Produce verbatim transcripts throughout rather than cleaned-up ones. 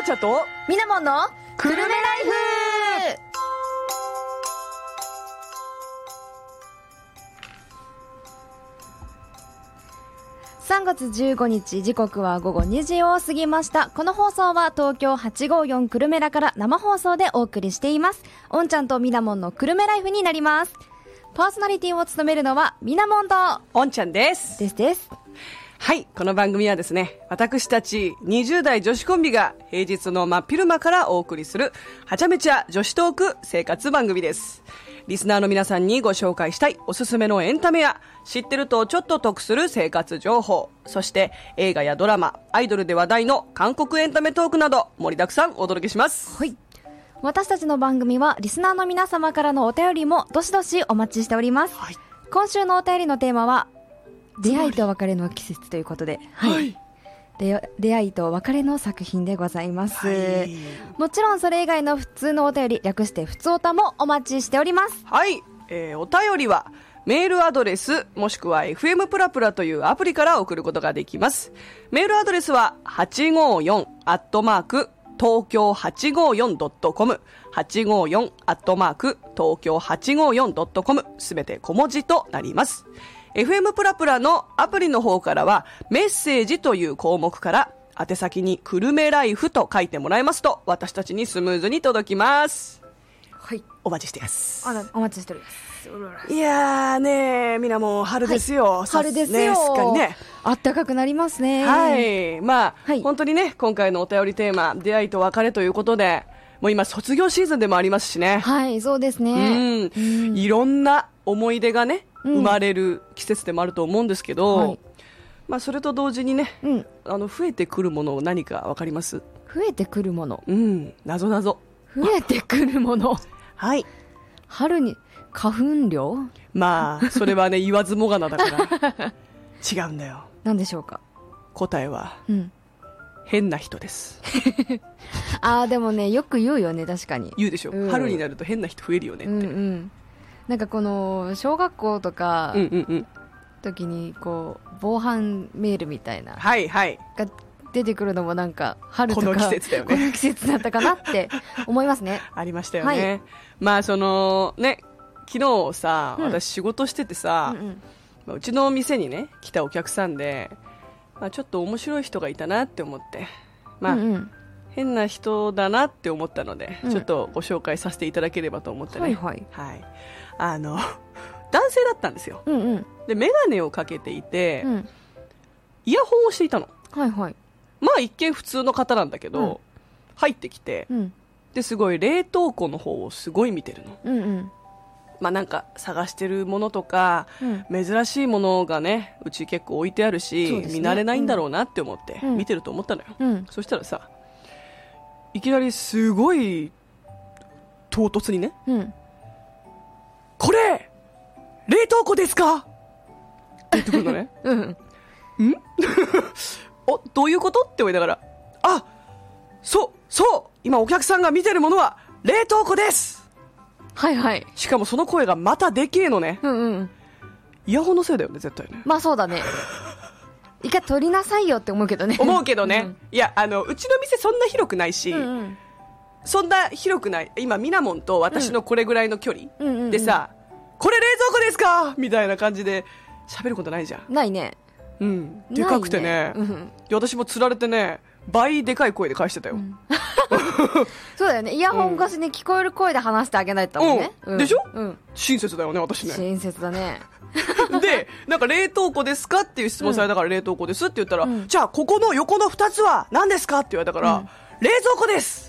ちゃとみなもんのくるめライフ。さんがつじゅうごにち、時刻はごごにじを過ぎました。この放送は東京はちごーよんくるめらから生放送でお送りしています。おんちゃんとみなもんのくるめライフになります。パーソナリティを務めるのはみなもんとおんちゃんですですですはい、この番組はですね、私たちにじゅう代女子コンビが平日の真っ昼間からお送りするはちゃめちゃ女子トーク生活番組です。リスナーの皆さんにご紹介したいおすすめのエンタメや知ってるとちょっと得する生活情報、そして映画やドラマ、アイドルで話題の韓国エンタメトークなど盛りだくさんお届けします。 はい、私たちの番組はリスナーの皆様からのお便りもどしどしお待ちしております。はい、今週のお便りのテーマは出会いと別れの季節ということで、はいはい、で出会いと別れの作品でございます、はい、もちろんそれ以外の普通のお便り、略して普通おたもお待ちしております。 はい、えー、お便りはメールアドレスもしくは エフエム プラプラというアプリから送ることができます。メールアドレスははちごよんアットマーク東京 はちごよんドットコム はちごよんアットマーク東京 はちごよんドットコム すべて小文字となります。エフエム プラプラのアプリの方からはメッセージという項目から宛先にくるめライフと書いてもらいますと私たちにスムーズに届きます。 はい、 お待ちしてます。 あ、お待ちしております。 いやーねー、みんなもう春ですよ、 はい、春ですよ、 ね、すっかりねあったかくなりますね。 はい、まあ、 はい、 本当にね今回のお便りテーマ出会いと別れということで、もう今卒業シーズンでもありますしね。 はい、そうですね、 うん、うん、いろんな思い出がね生まれる季節でもあると思うんですけど、うん、はい、まあ、それと同時にね、うん、あの増えてくるもの何か分かります？ 増えてくるもの、うん、 謎謎増えてくるものはい、 春に花粉量、 まあそれはね言わずもがなだから違うんだよ。 何でしょうか？ 答えは、うん、変な人ですあーでもねよく言うよね、確かに言うでしょ、うん、春になると変な人増えるよねって、うんうん、 なんかこの小学校とか、 うんうんうん、 時にこう防犯メールみたいな、 はいはい、 が出てくるのもなんか春とかこの季節だよね、 この季節だったかなって思いますねありましたよね、はい、まあそのね昨日さ、うん、私仕事しててさ、うんうん、まあ、うちの店にね来たお客さんで、まあ、ちょっと面白い人がいたなって思って、まあ、うんうん、変な人だなって思ったので、うん、ちょっとご紹介させていただければと思ってね、はいはいはい、あの男性だったんですよ、うんうん、で眼鏡をかけていて、うん、イヤホンをしていたの、はいはい、まあ一見普通の方なんだけど、うん、入ってきて、うん、ですごい冷凍庫の方をすごい見てるの、うんうん、まあ、なんか探してるものとか、うん、珍しいものがねうち結構置いてあるし、ね、見慣れないんだろうなって思って見てると思ったのよ、うん、そしたらさいきなりすごい唐突にね、うん、これ冷凍庫ですかって言ってくるのね、うん、んおどういうことって思いながら、あ、そうそう今お客さんが見てるものは冷凍庫です、 はいはい、 しかもその声がまたでけえのね、うんうん、イヤホンのせいだよね絶対ね。 まあそうだね一回取りなさいよって思うけどね思うけどね、うん、いやあのうちの店そんな広くないし、うんうん、そんな広くない、今ミナモンと私のこれぐらいの距離、うん、でさ、うんうんうん、これ冷蔵庫ですかみたいな感じで喋ることないじゃん。 ないね、 うん、でかくて ね, ね、うん、私もつられてね倍でかい声で返してたよ、うん、 そうだよね、イヤホン越しに聞こえる声で話してあげないともんね、 うんうん、でしょ、うん、親切だよね私ね。 親切だねでなんか冷凍庫ですかっていう質問されたから、うん、冷凍庫ですって言ったら、うん、じゃあここの横のふたつは何ですかって言われたから、うん、冷蔵庫です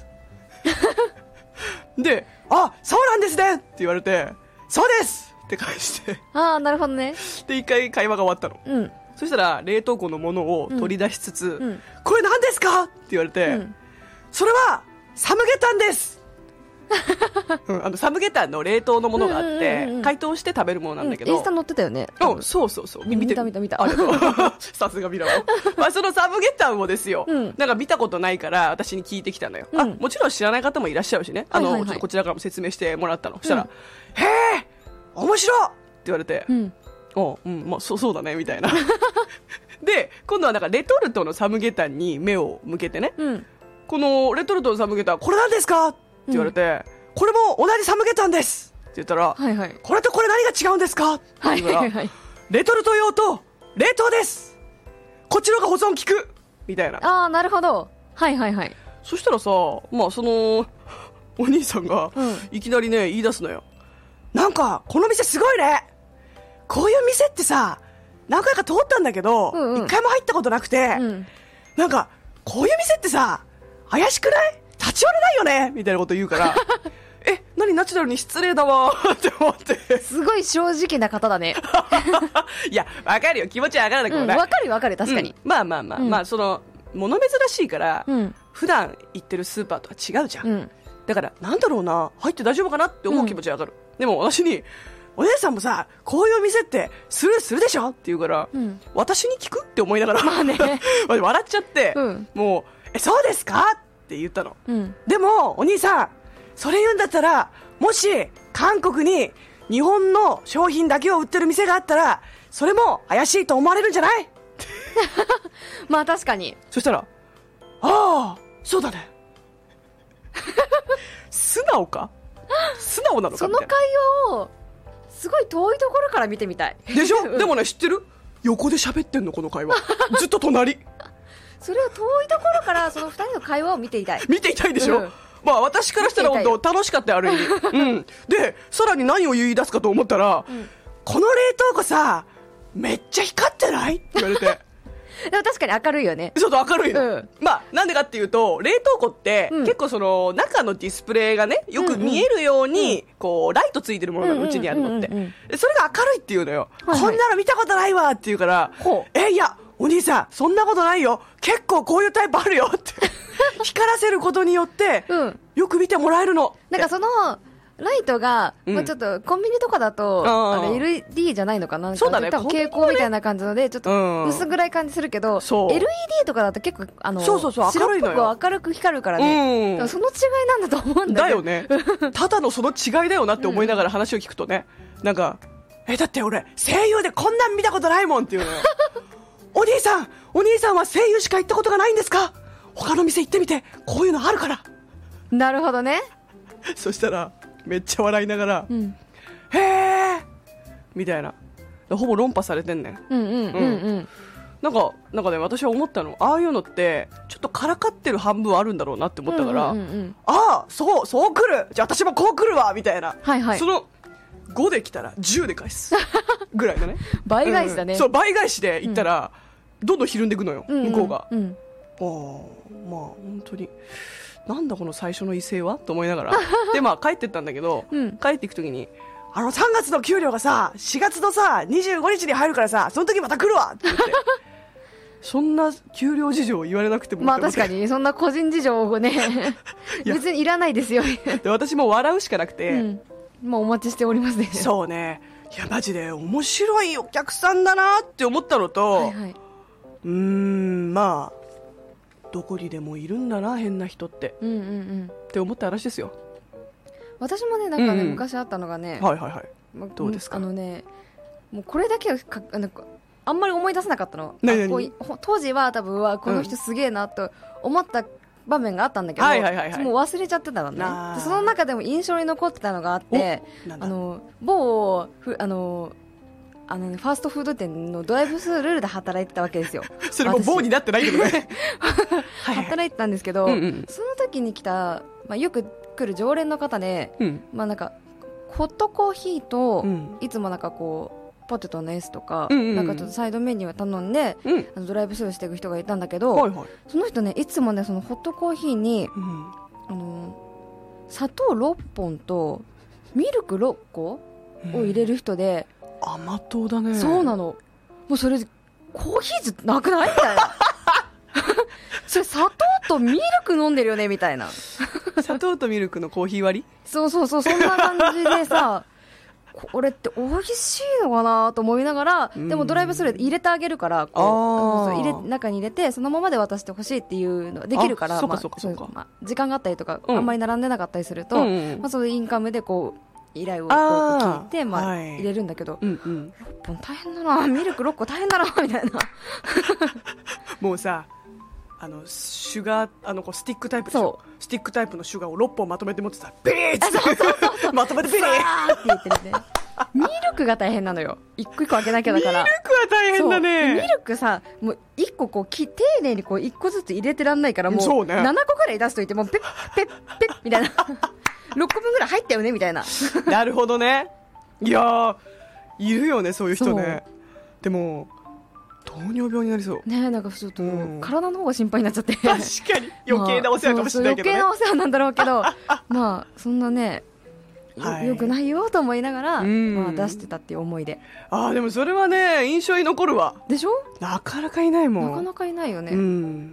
で、あ、そうなんですねって言われて、そうですって返して、 ああなるほどね。 で一回会話が終わったの、うん、そしたら冷凍庫のものを取り出しつつ、うん、これ何ですかって言われて、うん、それはサムゲタンですうん、あのサムゲタンの冷凍のものがあって、うんうんうん、解凍して食べるものなんだけど、 うん、インスタ載ってたよね。 うん、そうそうそう、見て見た見た見た。 ありがとうさすがミラモンまあそのサムゲタンをですよ、うん、なんか見たことないから私に聞いてきたのよ、うん、あもちろん知らない方もいらっしゃるしね、あの、はいはいはい、ちょっとこちらからも説明してもらったの、そしたら、うん、へえ面白っって言われて、うん、おうん、まあ、そ, そうだねみたいなで今度はなんかレトルトのサムゲタンに目を向けてね、うん、 このレトルトのサムゲタンこれなんですかって言われて、うん、これも同じサムゲタンですって言ったら、はいはい、これとこれ何が違うんですかって言うから、はいはいはい、レトルト用と冷凍です、こっちの方が保存効くみたいな。 ああ、なるほど。はいはいはい。 そしたらさ、まあそのお兄さんがいきなりね、言い出すのよ。なんかこの店すごいね、こういう店ってさ何回か通ったんだけど、うんうん、一回も入ったことなくて、うん、なんかこういう店ってさ怪しくない、立ち寄れないよねみたいなこと言うからえ、何ナチュラルに失礼だわって思ってすごい正直な方だねいや、わかるよ、気持ちはわからなくもない、 うん、わかるわかる、確かに、 うん、まあまあまあ、うん、まあその物珍しいから、うん、普段行ってるスーパーとは違うじゃん、うん、だからなんだろうな、入って大丈夫かなって思う気持ちはわかる、うん、でも私にお姉さんもさこういう店ってスルーするでしょって言うから、うん、私に聞くって思いながら、まあね、笑っちゃって、うん、もうえそうですかって言ったの、うん、でもお兄さんそれ言うんだったら、もし韓国に日本の商品だけを売ってる店があったらそれも怪しいと思われるんじゃないまあ確かに。 そしたら、ああそうだね素直か素直なのかみたいな。 その会話をすごい遠いところから見てみたいでしょ、うん、でもね、知ってる、横で喋ってんのこの会話ずっと隣それを遠いところからそのふたりの会話を見ていたい見ていたいでしょ、うん、まあ私からしたら本当楽しかったよ、ある意味、うん、でさらに何を言い出すかと思ったら、うん、この冷凍庫さめっちゃ光ってないって言われてでも確かに明るいよね。 ちょっと明るいの、うん、まあなんでかっていうと、冷凍庫って、うん、結構その中のディスプレイがねよく見えるように、うんうん、こうライトついてるものがうちにあるのって、それが明るいっていうのよ、はいはい、こんなの見たことないわって言うから、えいやお兄さんそんなことないよ、結構こういうタイプあるよって光らせることによって、うん、よく見てもらえるの。 なんかそのライトが、うん、まあ、ちょっとコンビニとかだとあれ エルイーディー じゃないのかな、 そうだね、 多分蛍光みたいな感じのでちょっと薄暗い感じするけど、うん、エルイーディー とかだと結構あのそうそうそう白っぽく明るく光るからね、うん、からその違いなんだと思うんだよね。ただのその違いだよなって思いながら話を聞くとね、うん、なんかえだって俺声優でこんなん見たことないもんっていうのよお兄さんお兄さんは声優しか行ったことがないんですか、他の店行ってみてこういうのあるから。 なるほどね。 そしたらめっちゃ笑いながら、うん、へーみたいな、ほぼ論破されてんねん。うんうんうんうん。なんかなんかね、私は思ったの、ああいうのってちょっとからかってる半分あるんだろうなって思ったから、うんうんうんうん、ああそうそう来る、じゃあ私もこう来るわみたいな、はいはい、そのごで来たらじゅうで返すぐらいだね倍返しだね、 うん、そう倍返しで行ったら、うん、どんどんひるんでいくのよ、うんうん、向こうが、うん、ああまあ本当になんだこの最初の威勢はと思いながらでまあ帰ってったんだけど、うん、帰っていくときにあのさんがつの給料がさしがつのさにじゅうごにちに入るからさその時また来るわって言ってそんな給料事情言われなくても、 まあ確かにそんな個人事情をね別にいらないですよで私も笑うしかなくて、うん、 もうお待ちしておりますね。 そうね、いやマジで面白いお客さんだなって思ったのと、はいはい、うーんまあどこにでもいるんだな変な人って、うんうんうん、って思った話ですよ。 私もねなんかね、うんうん、昔あったのがね、 はいはいはい、ま、どうですか。 あのねもうこれだけはかあのあんまり思い出せなかったの。 何々 こう当時は多分はこの人すげえなと思った場面があったんだけど、うんはいはいはいはい、もう忘れちゃってたのね。その中でも印象に残ってたのがあって、あの某ふあのあのね、ファーストフード店のドライブスルールで働いてたわけですよそれも棒になってないけどね働いてたんですけど、うんうん、その時に来た、まあ、よく来る常連の方で、うん、まあ、なんかホットコーヒーと、うん、いつもなんかこうポテトの S とか、うんうんうん、なんかちょっとサイドメニューを頼んで、うん、あのドライブスルーしていく人がいたんだけど、はいはい、その人ねいつもねそのホットコーヒーに、うん、あの砂糖ろっぽんとミルクろっこを入れる人で、うん甘党だね。 そうなの、もうそれコーヒーじゃなくないみたいなそれ砂糖とミルク飲んでるよねみたいな砂糖とミルクのコーヒー割りそうそうそうそんな感じでさこれって美味しいのかなと思いながら、うん、でもドライブスルー入れてあげるからこう入れ中に入れてそのままで渡してほしいっていうのができるから、まあ、時間があったりとか、うん、あんまり並んでなかったりすると、うんうんまあ、そのインカムでこう依頼を聞いてまあ、はい、入れるんだけど、うんうん、ろっぽん大変だなミルクろっこ大変だなみたいなもうさあのシュガーあのこうスティックタイプでしょ。スティックタイプのシュガーをろっぽんまとめて持ってさビーッてまとめてビーッって言ってるね。ミルクが大変なのよ。一個一個開けなきゃだから。 ミルクは大変だね。 ミルクさ、もう一個こうき丁寧にこう一個ずつ入れてらんないから、もうそうねななこくらい出すといてもうペッペッペッみたいなろっこぶんぐらい入ったよねみたいな。 なるほどね。いやーいるよねそういう人ね。でも糖尿病になりそうね。なんかちょっと、うん、体の方が心配になっちゃって。 確かに余計なお世話かもしれないけどね。 まあ、そうそう余計なお世話なんだろうけどまあそんなねはい、よくないよと思いながら、まあ、出してたっていう思いで。 ああでもそれはね印象に残るわ。 でしょ。 なかなかいないもん。 なかなかいないよね、 うん、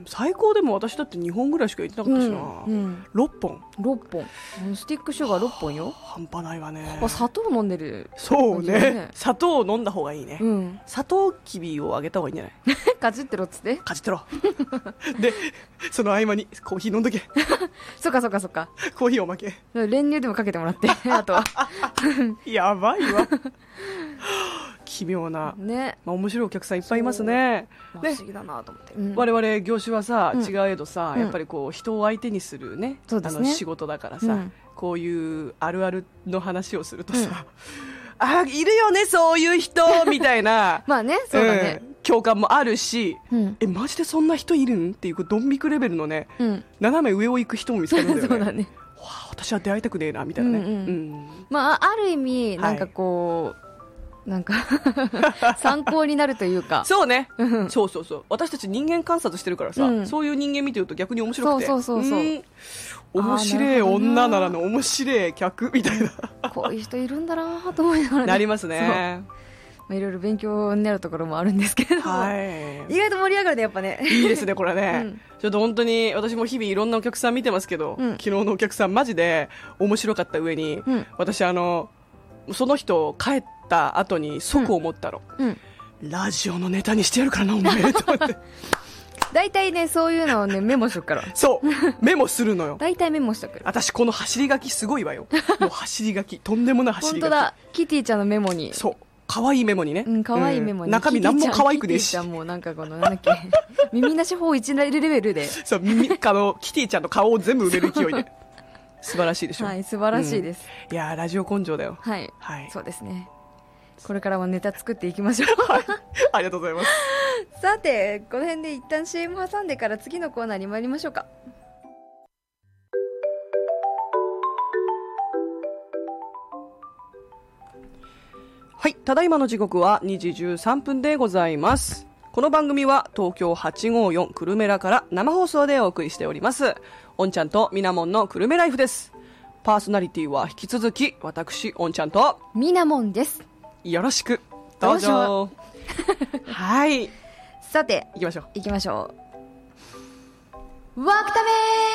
最高でも私だってにほんぐらいしか行ってなかったしな、うんうん、ろっぽんろっぽんスティックシュガーろっぽんよ。 半端ないわね。 砂糖飲んでる、 そうね砂糖を飲んだ方がいいね、うん、砂糖きびをあげた方がいいんじゃないかじってろっつってかじってろでその合間にコーヒー飲んどけそっかそっかそっかコーヒーおまけ練乳でもかけてもらってあとはやばいわ奇妙な、 ねまあ、面白いお客さんいっぱいいますね。 不思議だなと思って、うん、 我々業種はさ、うん、違えどさ、 うん、 やっぱりこう人を相手にするね、うん、あの仕事だからさ、うん、こういうあるあるの話をするとさ、うん、あいるよねそういう人みたいなまあねそうだね、 うん、共感もあるし、うん、えマジでそんな人いるんっていうドン引くレベルのね、うん、斜め上を行く人も見つかるんだよねそうだね。 わあ私は出会いたくねえなみたいなね、うんうんうん、 まあある意味なんかこう、はいなんか参考になるというかそうねそうそうそう私たち人間観察してるからさ、うん、そういう人間見てると逆に面白くてそうそうそうそう、うん、 面白い女ならの面白い客みたいなこういう人いるんだなと思いながら、ね、 なりますね。 いろいろ勉強になるところもあるんですけど、はい、意外と盛り上がるねやっぱねいいですねこれね、うん、ちょっと本当に私も日々いろんなお客さん見てますけど、うん、昨日のお客さんマジで面白かった上に、うん、私あのその人帰った後に即思ったの、うんうん、ラジオのネタにしてやるからなお前と思って大体ねそういうのをねメモしとくからそうメモするのよ大体メモしとく。 私この走り書きすごいわよもう走り書きとんでもない走り書き。 本当だキティちゃんのメモにそう可愛いメモにね、 うん、可愛いメモに、うん、 中身何も可愛くねえしキティちゃんもなんかこのなんだっけ耳なし法一レベルでそう耳あのキティちゃんの顔を全部埋める勢いで素晴らしいでしょ。 はい素晴らしいです、 うん、いやラジオ根性だよ。 はい、はい、そうですね。これからもネタ作っていきましょう、 はい、ありがとうございますさてこの辺で一旦 シーエム 挟んでから次のコーナーに参りましょうか。 はい、ただいまの時刻はにじじゅうさんぷんでございます。この番組は東京はちごーよんくるめらから生放送でお送りしております。おんちゃんとみなもんのくるめライフです。パーソナリティは引き続き私おんちゃんとみなもんです。 よろしくどうぞはいさて行きましょう行きましょうワークタメ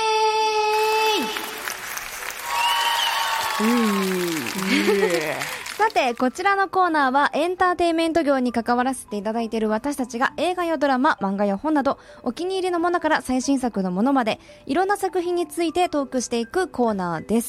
ーうさてこちらのコーナーはエンターテインメント業に関わらせていただいている私たちが映画やドラマ、漫画や本などお気に入りのものから最新作のものまでいろんな作品についてトークしていくコーナーです。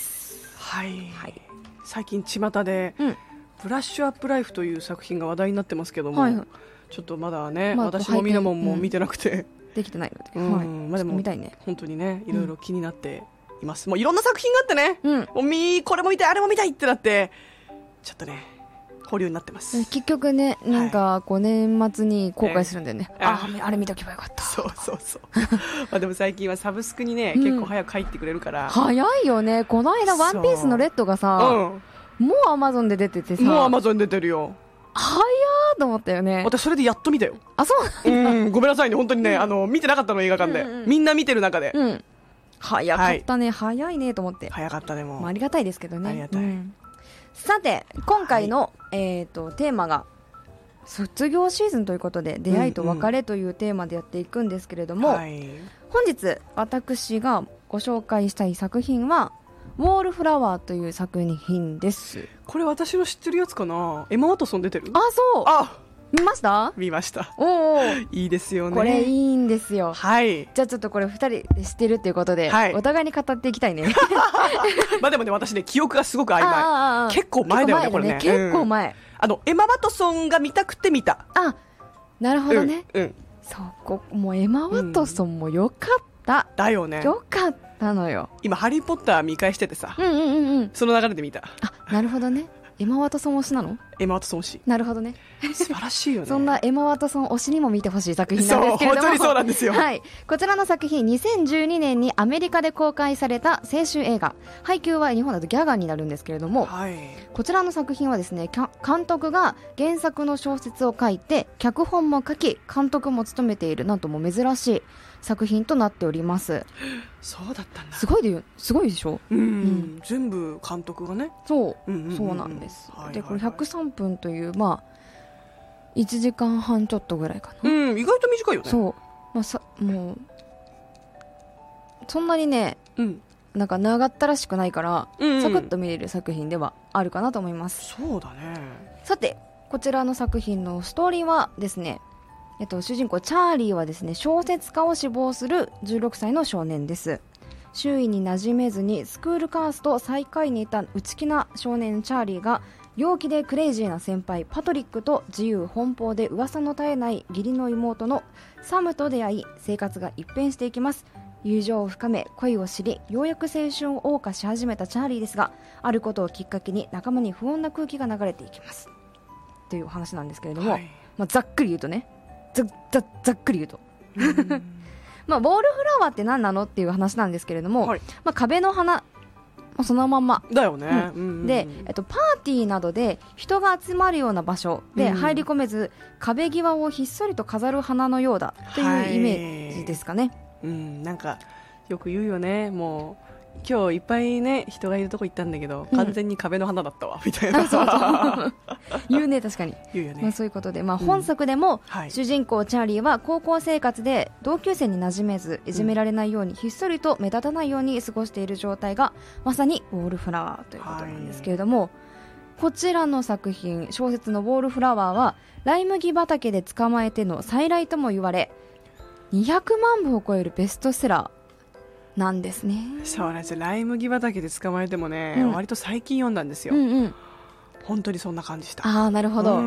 はい、はい、最近巷で、うん、ブラッシュアップライフという作品が話題になってますけども、はいはい、ちょっとまだね、まあ、私もみなもんも見てなくて、うん、 できてないので、 うんはいまあ、でも見たいね本当にねいろいろ気になっています、うん、もういろんな作品があってね、うん、もうみこれも見たいあれも見たいってなってちょっとね保留になってます。 結局ねなんかこう年末に後悔するんだよね、えー、あああれ見とけばよかった。 そうそうそうまあでも最近はサブスクにね、うん、結構早く入ってくれるから早いよね。この間ワンピースのレッドがさ、うん、もうアマゾンで出ててさもうアマゾン出てるよ。 早ーと思ったよね。 私それでやっと見たよ。 あそうなんだ、 うん、ごめんなさいね本当にね、うん、あの見てなかったの映画館で、うんうん、みんな見てる中で、うん、 早かったね、はい、早いねと思って早かったねもう、 まあ、ありがたいですけどね。 ありがたい、うんさて今回の、はいえー、とテーマが卒業シーズンということで出会いと別れというテーマでやっていくんですけれども、うんうんはい、本日私がご紹介したい作品はウォールフラワーという作品です。 これ私の知ってるやつかな。エマ・ワトソン出てる。 あそうあ見ました見ました。 おおいいですよね。 これいいんですよ。 はいじゃあちょっとこれふたりで知ってるっていうことで、はい、お互いに語っていきたいねまあでもね私ね記憶がすごく曖昧。結構前だよねこれね。 結構前、うん、 あのエマ・ワトソンが見たくて見た。 あなるほどね、 うん、うん、 そうこもうエマ・ワトソンもよかった。 だよね。 よかったのよ。 今ハリーポッター見返しててさ、 うんうんうんうん、 その流れで見た。 あ、なるほどね。エマ・ワトソン推しなの？ エマ・ワトソン推し。 なるほどね。 素晴らしいよね。 そんなエマ・ワトソン推しにも見てほしい作品なんですけれども、 そう、本当にそうなんですよ。 はい、こちらの作品にせんじゅうにねんにアメリカで公開された青春映画、配給は日本だとギャガンになるんですけれども、 はい、 こちらの作品はですね、監督が原作の小説を書いて脚本も書き監督も務めている、なんとも珍しい作品となっております。 そうだったんだ。 すごいで、すごいでしょ。 うん、うん、全部監督がね。 そう、うんうんうん、そうなんです、はいはいはい、でこれひゃくさんぷんという、まあいちじかんはんちょっとぐらいかな。 うん、意外と短いよね。 そう、まあ、さもうそんなにね、 うん、 なんか長ったらしくないから、 うんうん、 サクッと見れる作品ではあるかなと思います。 そうだね。 さてこちらの作品のストーリーはですね、えっと、主人公チャーリーはですね、小説家を志望するじゅうろくさいの少年です。周囲に馴染めずにスクールカースト最下位にいた内気な少年チャーリーが、陽気でクレイジーな先輩パトリックと自由奔放で噂の絶えない義理の妹のサムと出会い、生活が一変していきます。友情を深め恋を知り、ようやく青春を謳歌し始めたチャーリーですが、あることをきっかけに仲間に不穏な空気が流れていきますというお話なんですけれども、はい、まあ、ざっくり言うとね、ざざざっくり言うとまあ、ウォールフラワーって何なのっていう話なんですけれども、はい、まあ、壁の花そのまんまだよね、うんうんうん、で、えっと、パーティーなどで人が集まるような場所で入り込めず、うん、壁際をひっそりと飾る花のようだというイメージですかね、 はい、うん、なんかよく言うよね。もう今日いっぱいね人がいるとこ行ったんだけど、うん、完全に壁の花だったわみたいな、 そうそう言うね、確かに言うよね、 まあ、そういうことで、まあ、本作でも、うん、はい、主人公チャーリーは高校生活で同級生に馴染めずいじめられないように、うん、ひっそりと目立たないように過ごしている状態がまさにウォールフラワーということなんですけれども、はい、こちらの作品小説のウォールフラワーはライ麦畑で捕まえての再来とも言われにひゃくまんぶを超えるベストセラーなんですね。 そうなんですよ。ライ麦畑で捕まえてもね、うん、割と最近読んだんですよ、うんうん、本当にそんな感じした。 ああ、なるほど、うん、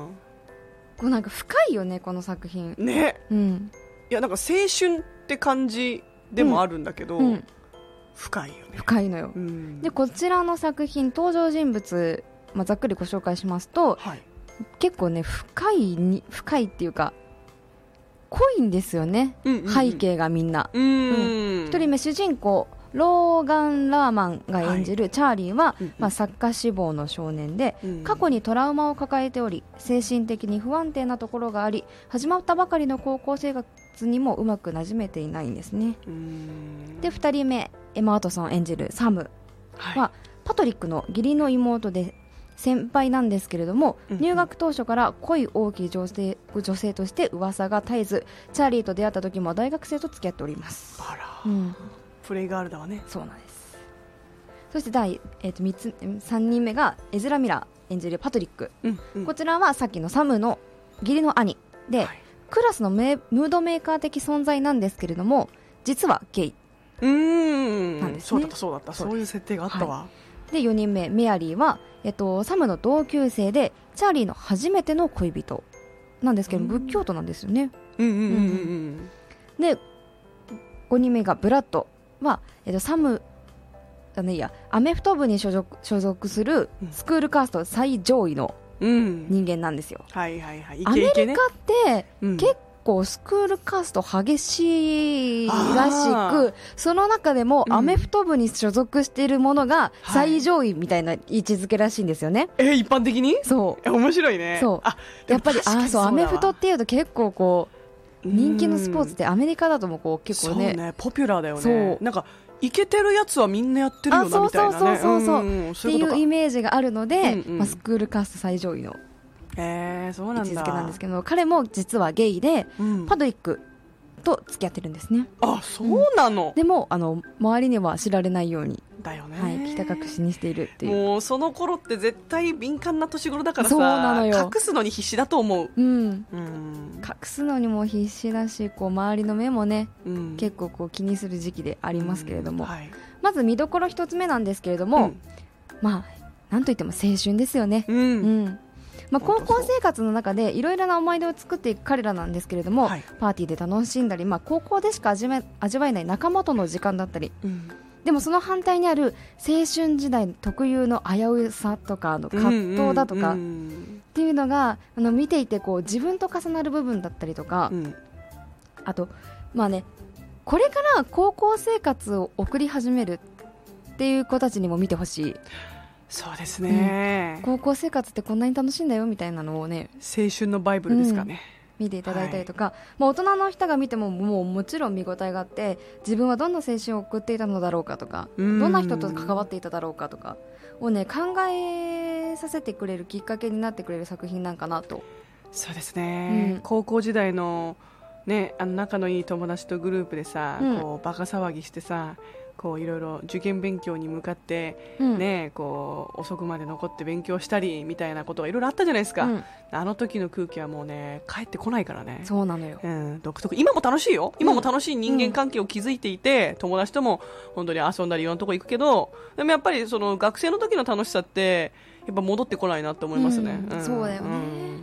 こうなんか深いよねこの作品ね、 うん、 いやなんか青春って感じでもあるんだけど、うんうん、深いよね。 深いのよ、うん、でこちらの作品登場人物、まあ、ざっくりご紹介しますと、はい、結構ね深いに深いっていうか濃いんですよね、うんうんうん、背景がみんな。うん、うん、ひとりめ主人公ローガン・ラーマンが演じるチャーリーは、はい、まあ、作家志望の少年で、うん、過去にトラウマを抱えており精神的に不安定なところがあり、始まったばかりの高校生活にもうまくなじめていないんですね。うん、でふたりめエマ・ワトソン演じるサムは、はい、パトリックの義理の妹で先輩なんですけれども、うんうん、入学当初から恋多き女性、女性として噂が絶えず、チャーリーと出会った時も大学生と付き合っております。 あら、うん、プレイガールだわね。 そうなんです。そして第、えー、とみっつさんにんめがエズラ・ミラー演じるパトリック、うんうん、こちらはさっきのサムの義理の兄で、はい、クラスのメムードメーカー的存在なんですけれども実はゲイなんですね。 そうだったそうだった、そういう設定があったわ、はい、 でよにんめメアリーは、えっと、サムの同級生でチャーリーの初めての恋人なんですけど、仏教徒なんですよね。でごにんめがブラッドは、えっと、サムだねいやアメフト部に所属、所属するスクールカースト最上位の人間なんですよ、うん、はいはいはい、イケイケね、アメリカって、うん、結構スクールカースト激しいらしく、その中でもアメフト部に所属しているものが最上位みたいな位置づけらしいんですよね、 はい、え一般的にそう面白いね。 そうあやっぱりあそうアメフトっていうと結構こう人気のスポーツってアメリカだともこう結構 ね, そうねポピュラーだよね。なんかイケてるやつはみんなやってるよなみたいなね。 そうそうそうそう、うん、っていうイメージがあるので、うんうんまあ、スクールカースト最上位のえー、そうなんだ。 位置づけなんですけど、彼も実はゲイで、うん、パトリックと付き合ってるんですね。 あそうなの、 うん、でもあの周りには知られないようにだよね、 はい、ひた隠しにしているっていう。 もうその頃って絶対敏感な年頃だからさ、 そうなのよ、 隠すのに必死だと思う、うん、 うん、隠すのにも必死だしこう周りの目もね、うん、結構こう気にする時期でありますけれども、うんはい、まず見どころ一つ目なんですけれども、うん、まあなんといっても青春ですよね、うんうん、 まあ、高校生活の中でいろいろな思い出を作っていく彼らなんですけれども、 はい、 パーティーで楽しんだり、まあ、高校でしか味わ味わえない仲間との時間だったり、 うん、 でもその反対にある青春時代特有の危うさとかの葛藤だとかっていうのがあの見ていてこう自分と重なる部分だったりとか、うん、あとまあねこれから高校生活を送り始めるっていう子たちにも見てほしい。 そうですね、 うん、高校生活ってこんなに楽しいんだよみたいなのをね、 青春のバイブルですかね、 うん、見ていただいたりとか、はい、まあ、大人の人が見てももうもちろん見応えがあって自分はどんな青春を送っていたのだろうかとかどんな人と関わっていただろうかとかを、ね、考えさせてくれるきっかけになってくれる作品なんかなと。 そうですね、うん、高校時代のね、あの仲のいい友達とグループでさ、うん、こうバカ騒ぎしてさこういろいろ受験勉強に向かって、うんね、こう遅くまで残って勉強したりみたいなことがいろいろあったじゃないですか、うん、あの時の空気はもうね帰ってこないからね。 そうなのよ、 うん、独特。今も楽しいよ、今も楽しい人間関係を築いていて、うん、友達とも本当に遊んだりいろんなとこ行くけどでもやっぱりその学生の時の楽しさってやっぱ戻ってこないなと思いますね、 うんうん、そうだよね、うん、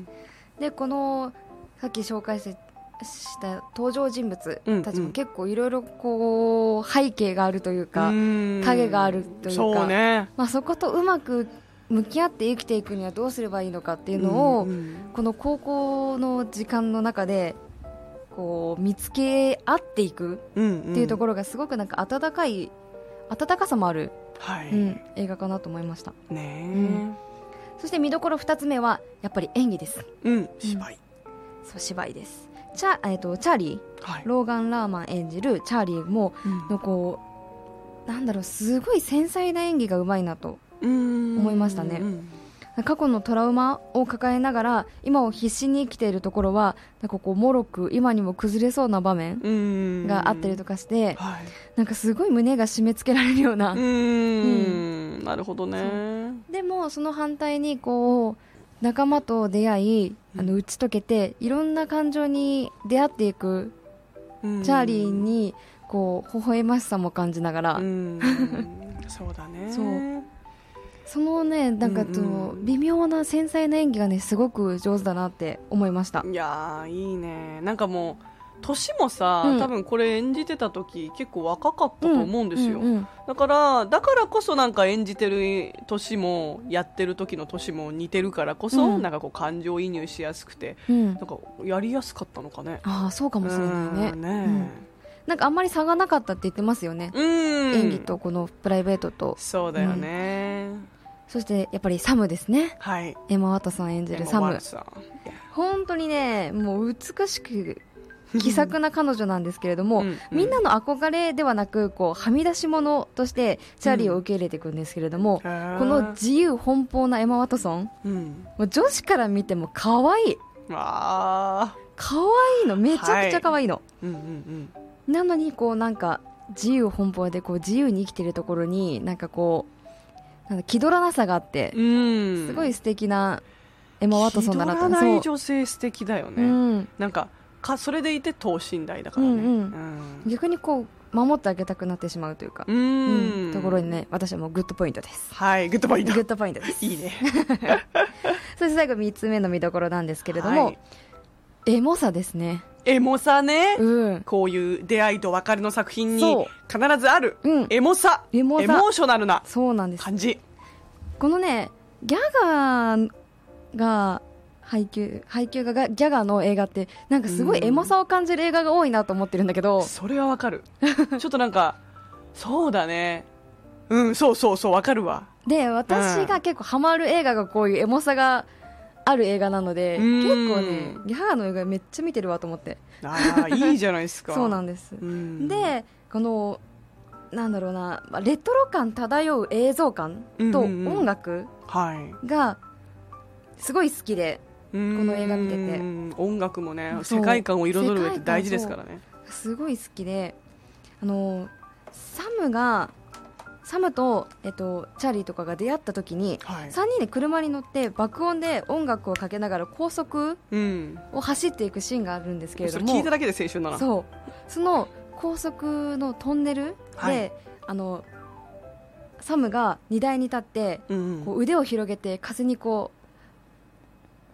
でこのさっき紹介してした登場人物たちも結構いろいろこう背景があるというか、うん、影があるというか、 そうね、 まあ、そことうまく向き合って生きていくにはどうすればいいのかっていうのを、うんうん、この高校の時間の中でこう見つけ合っていくっていうところがすごくなんか温かい温かさもある、はい、うん、映画かなと思いましたね、うん、そして見どころふたつめはやっぱり演技です、 うん、芝居、 うん、そう芝居です。チャ、えーと、チャーリー、はい、ローガン・ラーマン演じるチャーリーも、うん、のこうなんだろうすごい繊細な演技がうまいなと思いましたね。過去のトラウマを抱えながら今を必死に生きているところはなんかこう脆く今にも崩れそうな場面があったりとかして、はい、なんかすごい胸が締め付けられるような、 うーん、うん、なるほどね。 でもその反対にこう仲間と出会いあの打ち解けていろんな感情に出会っていくチャーリーにこう微笑ましさも感じながら、うん、 そうだね、 そうそのねなんかと、うんうん、微妙な繊細な演技がねすごく上手だなって思いました。 いやーいいね。なんかもう年もさ、うん、多分これ演じてた時結構若かったと思うんですよ、うんうんうん、だからだからこそなんか演じてる年もやってる時の年も似てるからこそ、うん、なんかこう感情移入しやすくて、うん、なんかやりやすかったのかね。 ああそうかもしれないね、うんね、うん、なんかあんまり差がなかったって言ってますよね、うん、演技とこのプライベートと。 そうだよね、うん、 そしてやっぱりサムですね、はい、エマ・ワトソン演じるサム、本当にねもう美しく気さくな彼女なんですけれども、うんうん、みんなの憧れではなくこうはみ出し物としてチャーリーを受け入れていくんですけれども、うん、この自由奔放なエマ・ワトソン、うん、もう女子から見ても可愛いあ可愛いのめちゃくちゃ可愛いの、はいうんうんうん、なのにこうなんか自由奔放でこう自由に生きているところになんかこうなんか気取らなさがあって、うん、すごい素敵なエマ・ワトソンだなと。 気取らない女性素敵だよね、うん、なんかかそれでいて等身大だからね、うんうんうん、逆にこう守ってあげたくなってしまうというか、うん、うん、ところにね私はもうグッドポイントです。 はいグッドポイントグッドポイントですいいねそして最後みっつめの見どころなんですけれども、はい、エモさですね。 エモさね、うん、こういう出会いと別れの作品に必ずある、うん、エモさエモさエモーショナルな感じ。 このねギャガーが配給配給がギャガーの映画ってなんかすごいエモさを感じる映画が多いなと思ってるんだけど、 それはわかるちょっとなんかそうだねうんそうそうそうわかるわ。 で私が結構ハマる映画がこういうエモさがある映画なので結構ねギャガーの映画めっちゃ見てるわと思って。 ああいいじゃないですかそうなんです。でこのなんだろうなレトロ感漂う映像感と音楽がすごい好きで、この映画見てて音楽もね世界観を彩る上って大事ですからね。 すごい好きであのサムがサムと、えっと、チャーリーとかが出会った時に、はい、さんにんで車に乗って爆音で音楽をかけながら高速を走っていくシーンがあるんですけれども、 うん、それ聞いただけで青春だな。 そうその高速のトンネルで、はい、あのサムが荷台に立って、うんうん、こう腕を広げて風にこう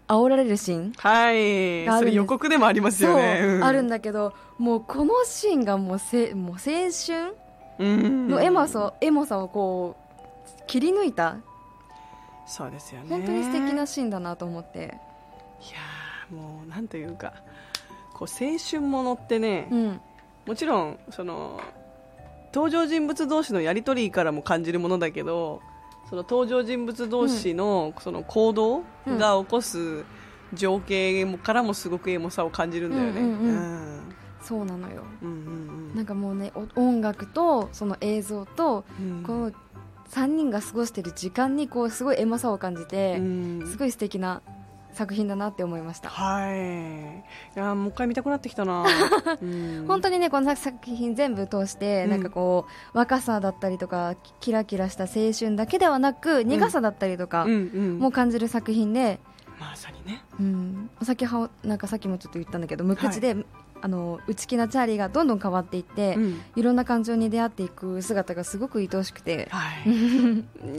煽られるシーンはいそれ予告でもありますよね。 そう、 うん、 あるんだけど、もうこのシーンがもうせもう青春のエモさ、エモさをこう切り抜いた、 そうですよね、 本当に素敵なシーンだなと思って。いやーもうなんというかこう青春ものってね、うん、もちろんその登場人物同士のやり取りからも感じるものだけど、その登場人物同士のその行動が起こす情景からもすごくエモさを感じるんだよね。うんうんうんうん、 そうなのよ、うんうんうん、なんかもうね、音楽とその映像と、うん、このさんにんが過ごしている時間にこうすごいエモさを感じて、うん、すごい素敵な作品だなって思いました。 はい、いやもう一回見たくなってきたな、うん、 本当にね、この作品全部通して、うん、なんかこう若さだったりとかキラキラした青春だけではなく、苦さだったりとかも感じる作品で、 うん、まさにね、 うん、さっきはなんかさっきもちょっと言ったんだけど、無口で、はい、あの内気なチャーリーがどんどん変わっていって、うん、いろんな感情に出会っていく姿がすごく愛おしくて、 はい、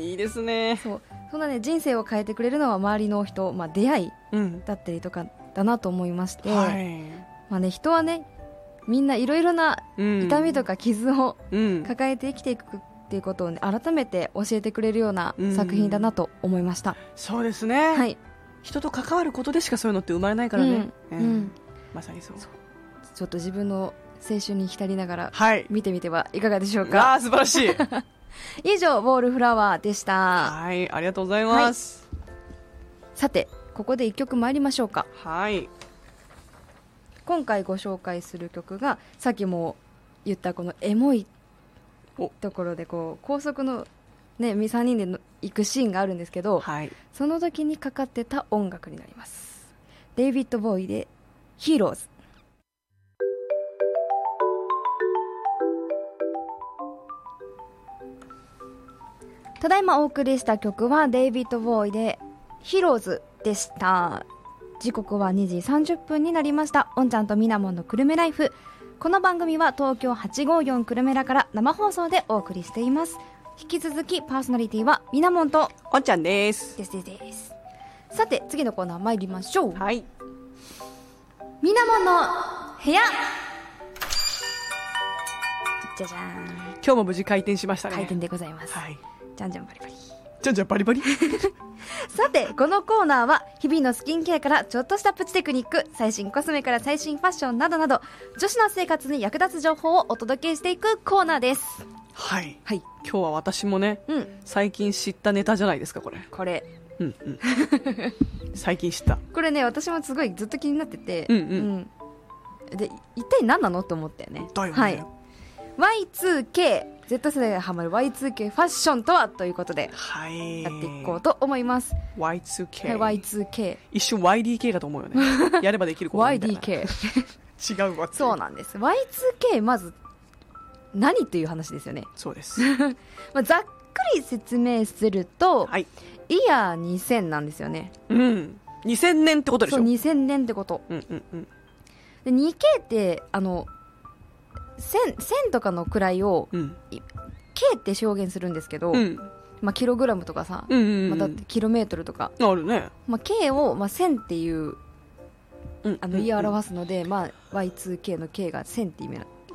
いいですね。 そうそんな、ね、人生を変えてくれるのは周りの人、まあ、出会いだったりとかだなと思いまして、うん、はいまあね、人はねみんないろいろな痛みとか傷を抱えて生きていくっていうことを、ね、改めて教えてくれるような作品だなと思いました。うん、 そうですね、はい、人と関わることでしかそういうのって生まれないからね、うんうん、まさにそう。そうちょっと自分の青春に浸りながら見てみてはいかがでしょうか。 はい、あー素晴らしい以上、ウォールフラワーでした。 はい、ありがとうございます、 はい、さてここでいっきょく参りましょうか。 はい、 今回ご紹介する曲がさっきも言ったこのエモいところで、こう高速の、ね、さんにんでの行くシーンがあるんですけど、はい、その時にかかってた音楽になります。デイビッド・ボーイでヒーローズ。ただいまお送りした曲はデイビッド・ボーイでヒーローズでした。時刻はにじさんじゅっぷんになりました。おんちゃんとみなもんのくるめライフ。この番組は東京はちごーよんくるめらから生放送でお送りしています。引き続きパーソナリティはみなもんとおんちゃんですですですです。さて次のコーナー参りましょう。 はい、 みなもんの部屋。じゃじゃーん。 今日も無事開店しましたね。 開店でございます、 はい、 じゃんじゃんバリバリじゃんじゃんバリバリさてこのコーナーは日々のスキンケアからちょっとしたプチテクニック、最新コスメから最新ファッションなどなど女子の生活に役立つ情報をお届けしていくコーナーです。 はい、はい、今日は私もね、うん、最近知ったネタじゃないですかこれ。 これうんうん最近知ったこれね、私もすごいずっと気になってて、うんうんうん、で一体何なのと思ったよね。 だよね、はい、 ワイツーケーZ 世代がハマる ワイツーケー ファッションとはということでやっていこうと思います。 ワイツーケー、はい、 ワイツーケー一瞬 ワイディーケー かと思うよねやればできることみたいなワイディーケー違うわ。 そうなんです。 ワイツーケー まず何っていう話ですよね。 そうですまあざっくり説明すると、はい、イヤーにせんなんですよね。 うんにせんねんってことでしょ。 そうにせんねんってこと、うんうんうん、で にケー ってあの1000, 1000とかの位を、うん、K って表現するんですけど、うんまあ、キログラムとかさ、うんうんうんまあ、だってキロメートルとかあるね、 まあ、K を、まあ、せんっていう、うん、あの言い表すので、うんまあ、ワイツーケー の K がせんって意味なうん、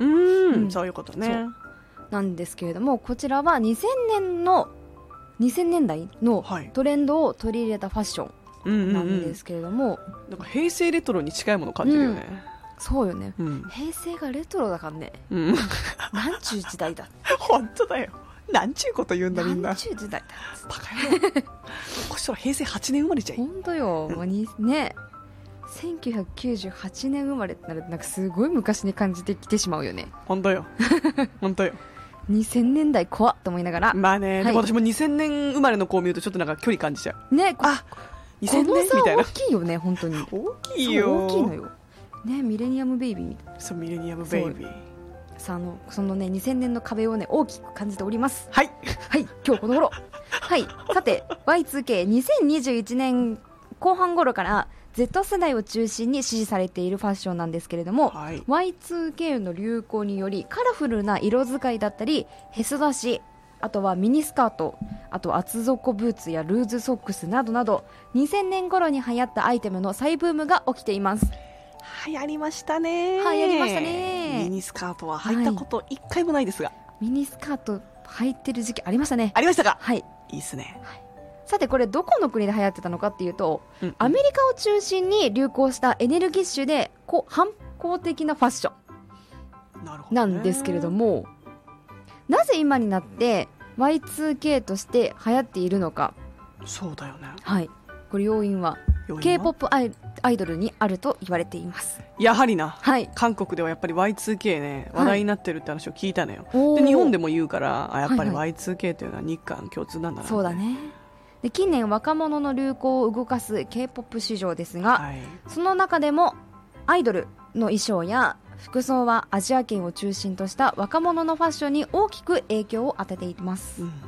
うん、そういうことね。 なんですけれども、こちらはにせんねんのにせんねんだいのトレンドを取り入れたファッションなんですけれども、うんうんうん、 なんか平成レトロに近いものを感じるよね、うんそうよね、うん、平成がレトロだからね、うん、なんちゅう時代だ本当だよ、なんちゅうこと言うんだみんな。 なんちゅう時代だバカ野郎こしたら平成はちねん生まれじゃん。 本当よ、うん、ねせんきゅうひゃくきゅうじゅうはちねん生まれってなるとなんかすごい昔に感じてきてしまうよね。 本当よ本当よにせんねんだい怖っと思いながら、 まあね、はい、でも私もにせんねん生まれの子を見るとちょっとなんか距離感じちゃうね。あにせんねんみたいな。 この差大きいよね本当に。 大きいよ、 大きいのよね、ミレニアムベイビーみたいな。 そうミレニアムベイビーさあ、あのそのねにせんねんの壁をね大きく感じております。 はいはい、今日この頃はいさて ワイツーケーにせんにじゅういちねんこう半頃から Z 世代を中心に支持されているファッションなんですけれども、はい、ワイツーケー の流行によりカラフルな色使いだったりへそ出しあとはミニスカート、あと厚底ブーツやルーズソックスなどなどにせんねん頃に流行ったアイテムの再ブームが起きています。 流行りましたね。 流行りましたね。 ミニスカートは履いたこと一回もないですが、はい、 ミニスカート履いてる時期ありましたね。 ありましたか。 はい、 いいっすね、はい。 さてこれどこの国で流行ってたのかっていうと、うんうん、アメリカを中心に流行したエネルギッシュでこう反抗的なファッションなんですけれども、なぜ今になって ワイツーケー として流行っているのか。 そうだよね。 はい、これ要因は K-ポップ アイ, アイドルにあると言われています。 やはりな、 はい、 韓国ではやっぱり ワイツーケー ね話題になってるって話を聞いたのよ、はい、で日本でも言うからあやっぱり ワイツーケー というのは日韓共通なんだなって。 そうだね。で近年若者の流行を動かす K-ポップ 市場ですが、はい、その中でもアイドルの衣装や服装はアジア圏を中心とした若者のファッションに大きく影響を与えています、うん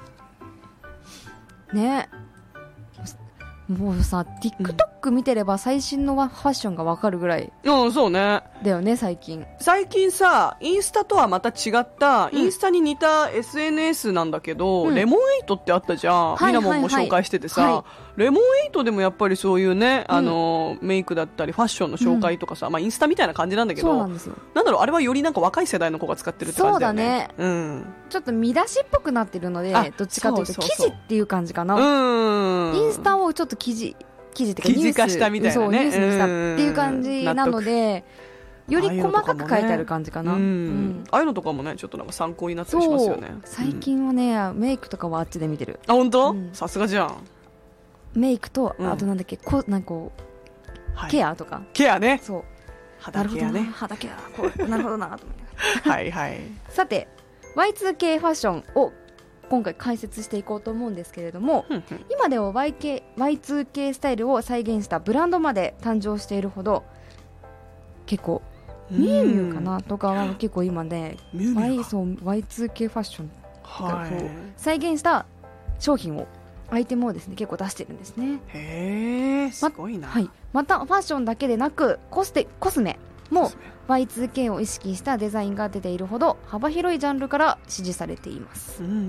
うん、ねもうさ TikTok 見てれば最新のファッションが分かるぐらい、 うん、そうねだよね。最近最近さインスタとはまた違った、うん、インスタに似た エスエヌエス なんだけど、うん、レモンエイトってあったじゃん、はいはいはい、ミナモンも紹介しててさ、はい、レモンエイトでもやっぱりそういうね、うん、あのメイクだったりファッションの紹介とかさ、うんまあ、インスタみたいな感じなんだけど、 そうなんですよ。 なんだろうあれはよりなんか若い世代の子が使ってるって感じだよね。 そうだね、うん、ちょっと見出しっぽくなってるのでどっちかというと記事っていう感じかな。 うんインスタをちょっと記事記事って記事化したみたいなね、 ニュースにしたっていう感じなのでより細かく書いてある感じかな。ああいうのとかもね、うん、 ああいうのとかもねちょっとなんか参考になったりしますよね。 最近はね、うん、メイクとかはあっちで見てる。 あ本当、うん、さすがじゃん。 メイクと、うん、あとなんだっけこなんかこう、はい、ケアとかケアね。 そう肌ケアね。 肌ケアこうなるほどなと思ってはいはいさて ワイツーケー ファッションを今回解説していこうと思うんですけれども今では ワイツーケー スタイルを再現したブランドまで誕生しているほど結構ミュウミュウかなとかは結構今ね ワイツーケー ファッションがこう再現した商品をアイテムをですね結構出してるんですね。 へーすごいな、 まはい、またファッションだけでなくコステコスメも ワイツーケー を意識したデザインが出ているほど幅広いジャンルから支持されています、うんうんうん、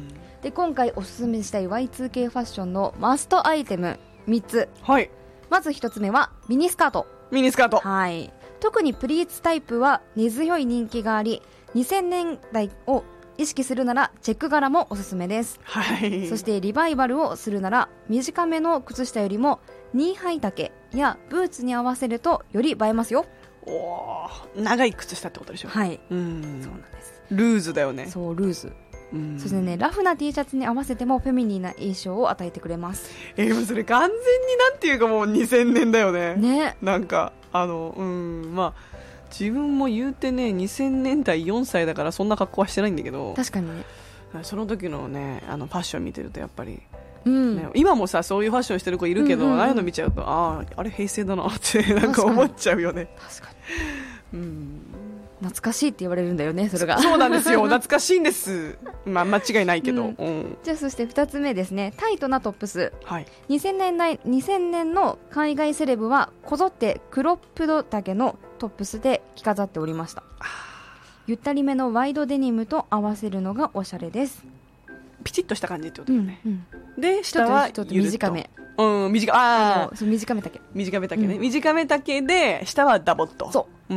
で今回おすすめしたい ワイツーケー ファッションのマストアイテムみっつ、 はい、 まずひとつめはミニスカート。 ミニスカート、 はい、特にプリーツタイプは根強い人気がありにせんねんだいを意識するならチェック柄もおすすめです、はい、そしてリバイバルをするなら短めの靴下よりもニーハイ丈やブーツに合わせるとより映えますよ。 お長い靴下ってことでしょ。 はい、 うんそうなんです。 ルーズだよね。 そうルーズ、うん、そしてねラフな T シャツに合わせてもフェミニーな印象を与えてくれます。 えー、もうそれ完全になんていうかもうにせんねんだよね。 ねなんかあのうんまあ自分も言うてねにせんねんだいよんさいだからそんな格好はしてないんだけど確かにねその時のねあのファッション見てるとやっぱりうんね、今もさそういうファッションしてる子いるけど、うんうんうん、ああいうの見ちゃうとあああれ平成だなってなんか思っちゃうよね。 確かに、うん、 懐かしいって言われるんだよねそれが。 そうなんですよ懐かしいんです、まあ、間違いないけど、うんうん、 じゃあそしてふたつめですねタイトなトップス、 はい、 にせんねんだいにせんねんの海外セレブはこぞってクロップド丈のトップスで着飾っておりました。ゆったりめのワイドデニムと合わせるのがおしゃれです。 ピチッとした感じってことだね、 うんうん、 で下はちょっと短め、 うん、短あそう短め丈短め丈ね、うん、短め丈で下はダボっとそう、 うん、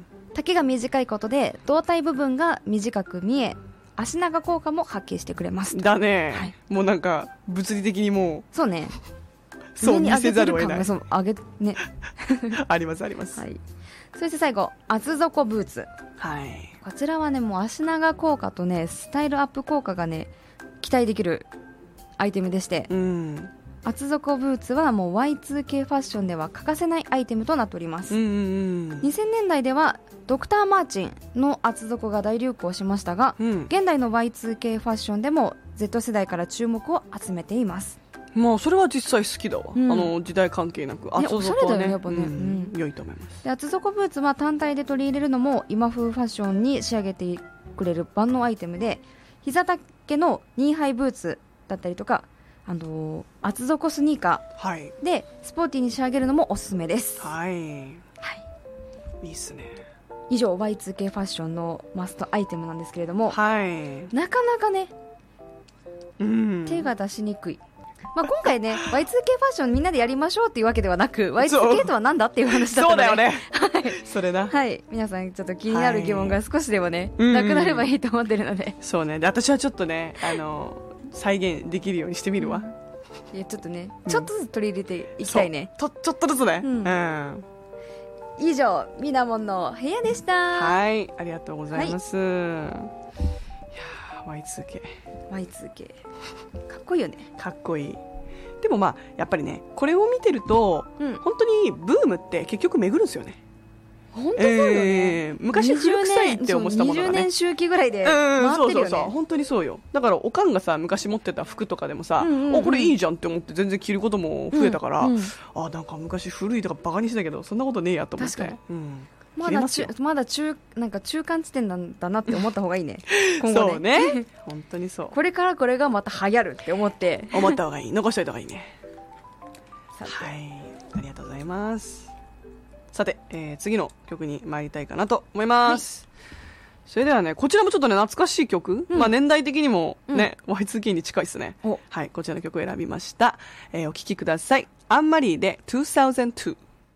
丈が短いことで胴体部分が短く見え足長効果も発揮してくれますだね、はい、もうなんか物理的にもうそうねそう見せざるを得ないそう上げ、ね、 ありますあります、 はい、そして最後厚底ブーツ、 はい、 こちらはねもう足長効果とねスタイルアップ効果がね期待できるアイテムでして、うん、厚底ブーツはもう ワイツーケー ファッションでは欠かせないアイテムとなっております、うんうんうん、にせんねんだいではドクターマーチンの厚底が大流行しましたが、うん、現代の ワイツーケー ファッションでも Z 世代から注目を集めています。 まあそれは実際好きだわ、うん、あの時代関係なく厚底はね、 ねやっぱね、 うんうん、良いと思います。 で厚底ブーツは単体で取り入れるのも今風ファッションに仕上げてくれる万能アイテムで膝丈のニーハイブーツだったりとか、あのー、厚底スニーカーでスポーティーに仕上げるのもおすすめです。 はい、 はい、 いいっすね。 以上 ワイツーケー ファッションのマストアイテムなんですけれども、 はい、 なかなかね、 うん、 手が出しにくい。まあ、今回ね ワイツーケー ファッションみんなでやりましょうっていうわけではなく ワイツーケー とはなんだっていう話だったので、 そうだよねはい、それな、 はい、皆さんちょっと気になる疑問が少しでもね、はい、なくなればいいと思ってるので、 そうね、で私はちょっとねあの再現できるようにしてみるわ、 うん、いやちょっとね、うん、ちょっとずつ取り入れていきたいね、 とちょっとずつね、 うんうん、以上みなもんの部屋でした。 はい、ありがとうございます、はい、いや ワイツーケーワイツーケー かっこいいよね。 かっこいい。でもまあやっぱりねこれを見てると、うん、本当にブームって結局巡るんですよね。 本当そうよね、 えー、昔古臭いって思ってたものがねにじゅうねん周期ぐらいで回ってるよね、うん、そうそうそう、 本当にそうよ。だからおかんがさ昔持ってた服とかでもさ、うんうんうん、おこれいいじゃんって思って全然着ることも増えたから、うんうん、あなんか昔古いとかバカにしてたけどそんなことねえやと思って。確かに、うん、 まだ中まだ中なんか中間地点なんだなって思った方がいいね今後ね。 そうね本当にそう。 これからこれがまた流行るって思って思った方がいい、残しといた方がいいねはい、ありがとうございます。さて、えー、次の曲に参りたいかなと思います、はい、それではねこちらもちょっとね懐かしい曲、うん、まあ年代的にもね、うん、ワイツーケー に近いですね。はい、こちらの曲を選びました、えー、お聴きください。アンマリーでにせんに。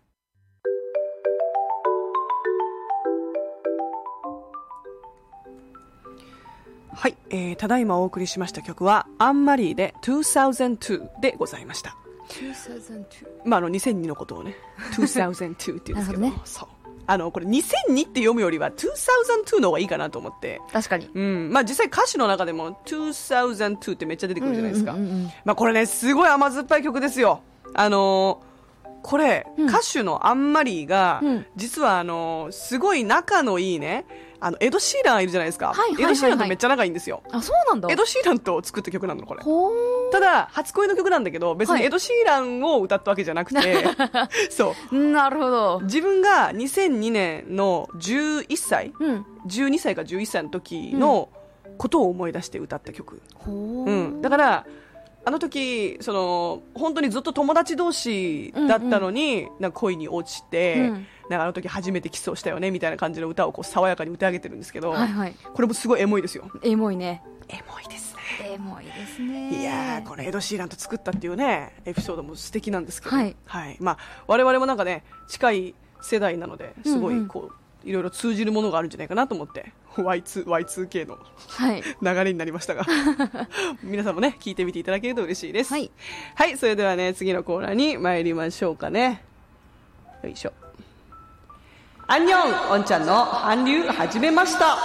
はい、えー、ただいまお送りしました曲はアンマリーでにせんにでございました。 にせんに、 まあ、あのにせんにのことをねにせんにって言うんですけど、ね、そうあのこれにせんにって読むよりはにせんにの方がいいかなと思って。 確かに、 うんまあ、実際歌詞の中でもにせんにってめっちゃ出てくるじゃないですか、うんうんうんうん、まあ、これねすごい甘酸っぱい曲ですよ。あのー、これ、うん、歌手のアンマリーが、うん、実はあのー、すごい仲のいいねあのエド・シーランいるじゃないですか、はいはいはいはい、エド・シーランとめっちゃ仲いいんですよ。 あ、そうなんだ。 エド・シーランと作った曲なのこれ。ただ初恋の曲なんだけど別にエド・シーランを歌ったわけじゃなくて、はい、そうなるほど。 自分がにせんにねんのじゅういっさい、うん、じゅうにさいかじゅういっさいの時のことを思い出して歌った曲、うんうん、だからあの時その本当にずっと友達同士だったのに、うんうん、なんか恋に落ちて、うん、なんかあの時初めてキスをしたよねみたいな感じの歌をこう爽やかに歌い上げてるんですけど、はいはい、これもすごいエモいですよ。 エモいね。 エモいですね。 エモいですね。 いやーこれエド・シーランと作ったっていうねエピソードも素敵なんですけど、はいはい、まあ、我々もなんかね近い世代なのですごいこう、うんうん、いろいろ通じるものがあるんじゃないかなと思って ワイツー、ワイツーケー の、はい、流れになりましたが皆さんもね聞いてみていただけると嬉しいです。はい、はい、それではね次のコーナーに参りましょうかね。よいしょ。アンニョンおんちゃんの韓流始めました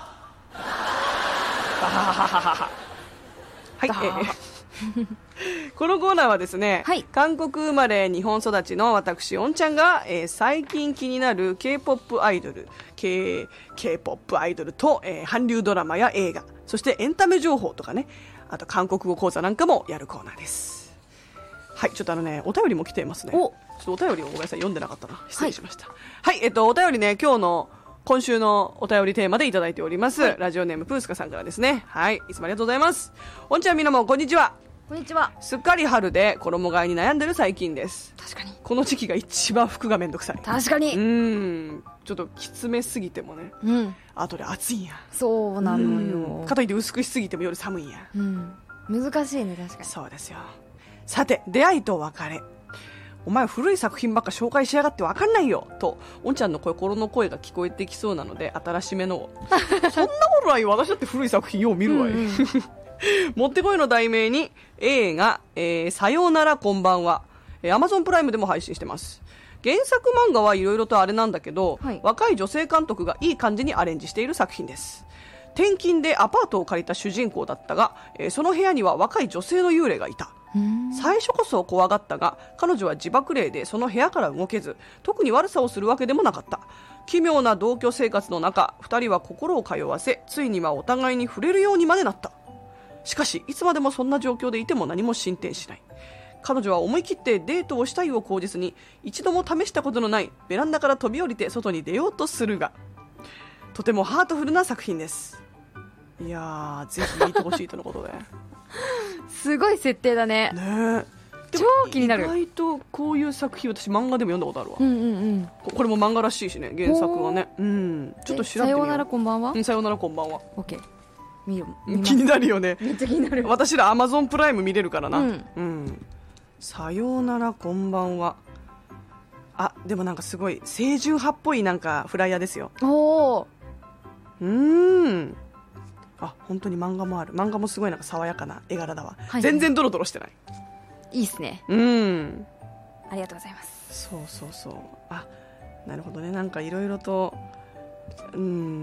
はい、えー、このコーナーはですね、はい、韓国生まれ日本育ちの私おんちゃんが、えー、最近気になる K-ポップ アイドル K、K-ポップ アイドルと、えー、韓流ドラマや映画そしてエンタメ情報とかねあと韓国語講座なんかもやるコーナーです。はい、ちょっとあのねお便りも来ていますね。おちょっとお便りをごめんなさい読んでなかったな失礼しました。はい、はい、えっとお便りね今日の今週のお便りテーマでいただいております、はい、ラジオネームプースカさんからですね。はい、いつもありがとうございます。おんちゃんみなもこんにちは。 こんにちは。 すっかり春で衣替えに悩んでる最近です。 確かにこの時期が一番服がめんどくさい。 確かにうんちょっときつめすぎてもね、うん、後で暑いんや。 そうなのよ。 かといって薄くしすぎても夜寒いんや、 うん、難しいね。確かにそうですよ。さて出会いと別れお前古い作品ばっか紹介しやがって分かんないよとおんちゃんの声心の声が聞こえてきそうなので新しめのそんなことない私だって古い作品よう見るわい、うんうん、もってこいの題名に映画、えー、さようならこんばんは、えー、Amazon プライムでも配信してます。原作漫画はいろいろとあれなんだけど、はい、若い女性監督がいい感じにアレンジしている作品です。転勤でアパートを借りた主人公だったが、えー、その部屋には若い女性の幽霊がいた。最初こそ怖がったが彼女は自爆霊でその部屋から動けず特に悪さをするわけでもなかった。奇妙な同居生活の中ふたりは心を通わせついにはお互いに触れるようにまでなった。しかしいつまでもそんな状況でいても何も進展しない。彼女は思い切ってデートをしたいを口実に一度も試したことのないベランダから飛び降りて外に出ようとするがとてもハートフルな作品です。いやーぜひ見てほしいとのことで。 すごい設定だね。 ね超気になる。 意外とこういう作品私漫画でも読んだことあるわ、 うんうんうん、 こ, これも漫画らしいしね原作はね、うん、ちょっと調べてみよう。 さようならこんばんは、 うん、さようならこんばんは。 OK、 見る気になるよね。 めっちゃ気になる。 私らアマゾンプライム見れるからな、 うんうん、さようならこんばんは。あ、でもなんかすごい清純派っぽいなんかフライヤーですよ。 おー、 うーん、あ、本当に漫画もある。漫画もすごいなんか爽やかな絵柄だわ、はい、全然ドロドロしてない。 いいっすね。 うん、 ありがとうございます。 そうそうそう、あ、なるほどね。なんかいろいろと、うん、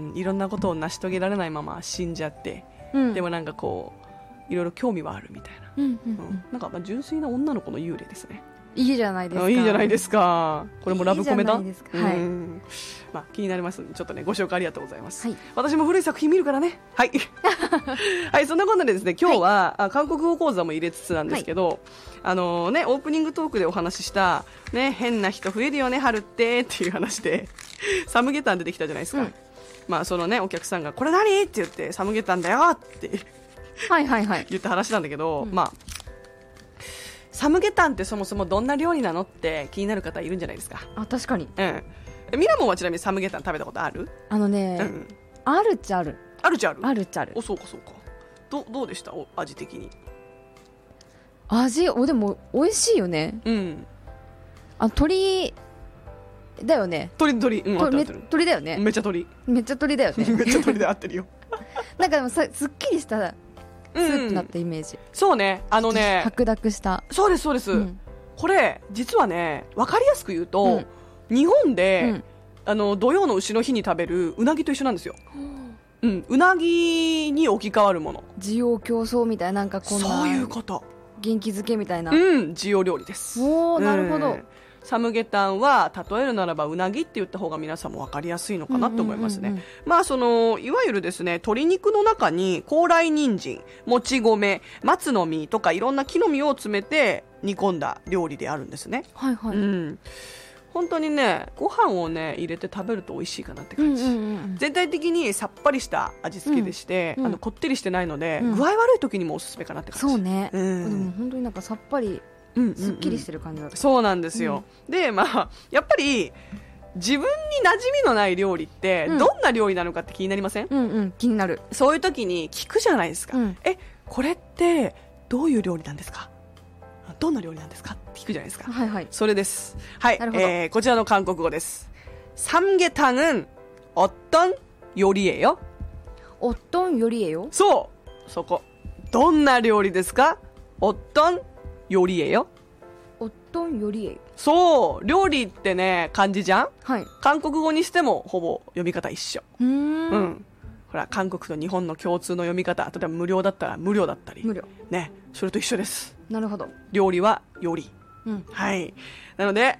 いろんなことを成し遂げられないまま死んじゃって、うん、でもなんかこういろいろ興味はあるみたいな、うんうんうん、なんかまあ純粋な女の子の幽霊ですね。 いいじゃないですか。 いいじゃないですか。これもラブコメだ。 いいじゃないですか、はい、 まあ、気になりますのでちょっとねご紹介ありがとうございます、 はい、 私も古い作品見るからね。はいはい、そんなことでですね今日は、はい、韓国語講座も入れつつなんですけど、はい、あのね、オープニングトークでお話しした、ね、変な人増えるよね春ってっていう話でサムゲタン出てきたじゃないですか、うん、まあそのねお客さんがこれ何って言ってサムゲタンだよってはいはいはい言った話なんだけど、うん、まあサムゲタンってそもそもどんな料理なのって気になる方いるんじゃないですか。 あ、確かに。 うん。ミラモンはちなみにサムゲタン食べたことある？ あのね、うん、あるっちゃある。 あるっちゃある。 あるっちゃある。 お、そうかそうか。どどうでした？お味的に。 味、おでも美味しいよね。うん。あ、鶏だよね。 鶏鶏、うん、 とめ鶏だよね。 めっちゃ鶏。 めっちゃ鶏だよね。 めっちゃ鶏で合ってるよ。 なんかでもさ、すっきりしたスープだったイメージ、うん、 そうね、あのね白濁した。 そうですそうです、うん、これ実はね分かりやすく言うと、うん、日本で、うん、あの土曜の丑の日に食べるうなぎと一緒なんですよ、うん、うなぎに置き換わるもの。 需要競争みたいな、なんかこんなそういうこと元気づけみたいな、 うん、需要料理です。 おー、なるほど、 うん、サムゲタンは例えるならばうなぎって言った方が皆さんも分かりやすいのかなと思いますね。まあそのいわゆるですね鶏肉の中に高麗人参、もち米、松の実とかいろんな木の実を詰めて煮込んだ料理であるんですね。 はいはい、うん、 本当にねご飯をね入れて食べると美味しいかなって感じ、うんうんうん、全体的にさっぱりした味付けでして、うん、あのこってりしてないので、うん、具合悪い時にもおすすめかなって感じ。 そうね、 うん、 でも本当になんかさっぱりすっきりしてる感じだった、うんうん、 そうなんですよ、うん、でまあやっぱり自分に馴染みのない料理ってどんな料理なのかって気になりません？ うんうん、気になる。 そういう時に聞くじゃないですか、うん、えこれってどういう料理なんですか、どんな料理なんですかって聞くじゃないですか。 はいはい、 それです。はい、えー、こちらの韓国語です。삼계탕은어떤요리예요？ 어떤요리예요？ そうそこ、どんな料理ですか？어떤요리예요？ 어떤요리예요？ そう、料理ってね漢字じゃん、 はい、 韓国語にしてもほぼ読み方一緒。 うーん、 うん、ほら韓国と日本の共通の読み方、例えば無料だったら無料だったり、 無料ね、それと一緒です。 なるほど。 料理はより、 うん、 はい。なので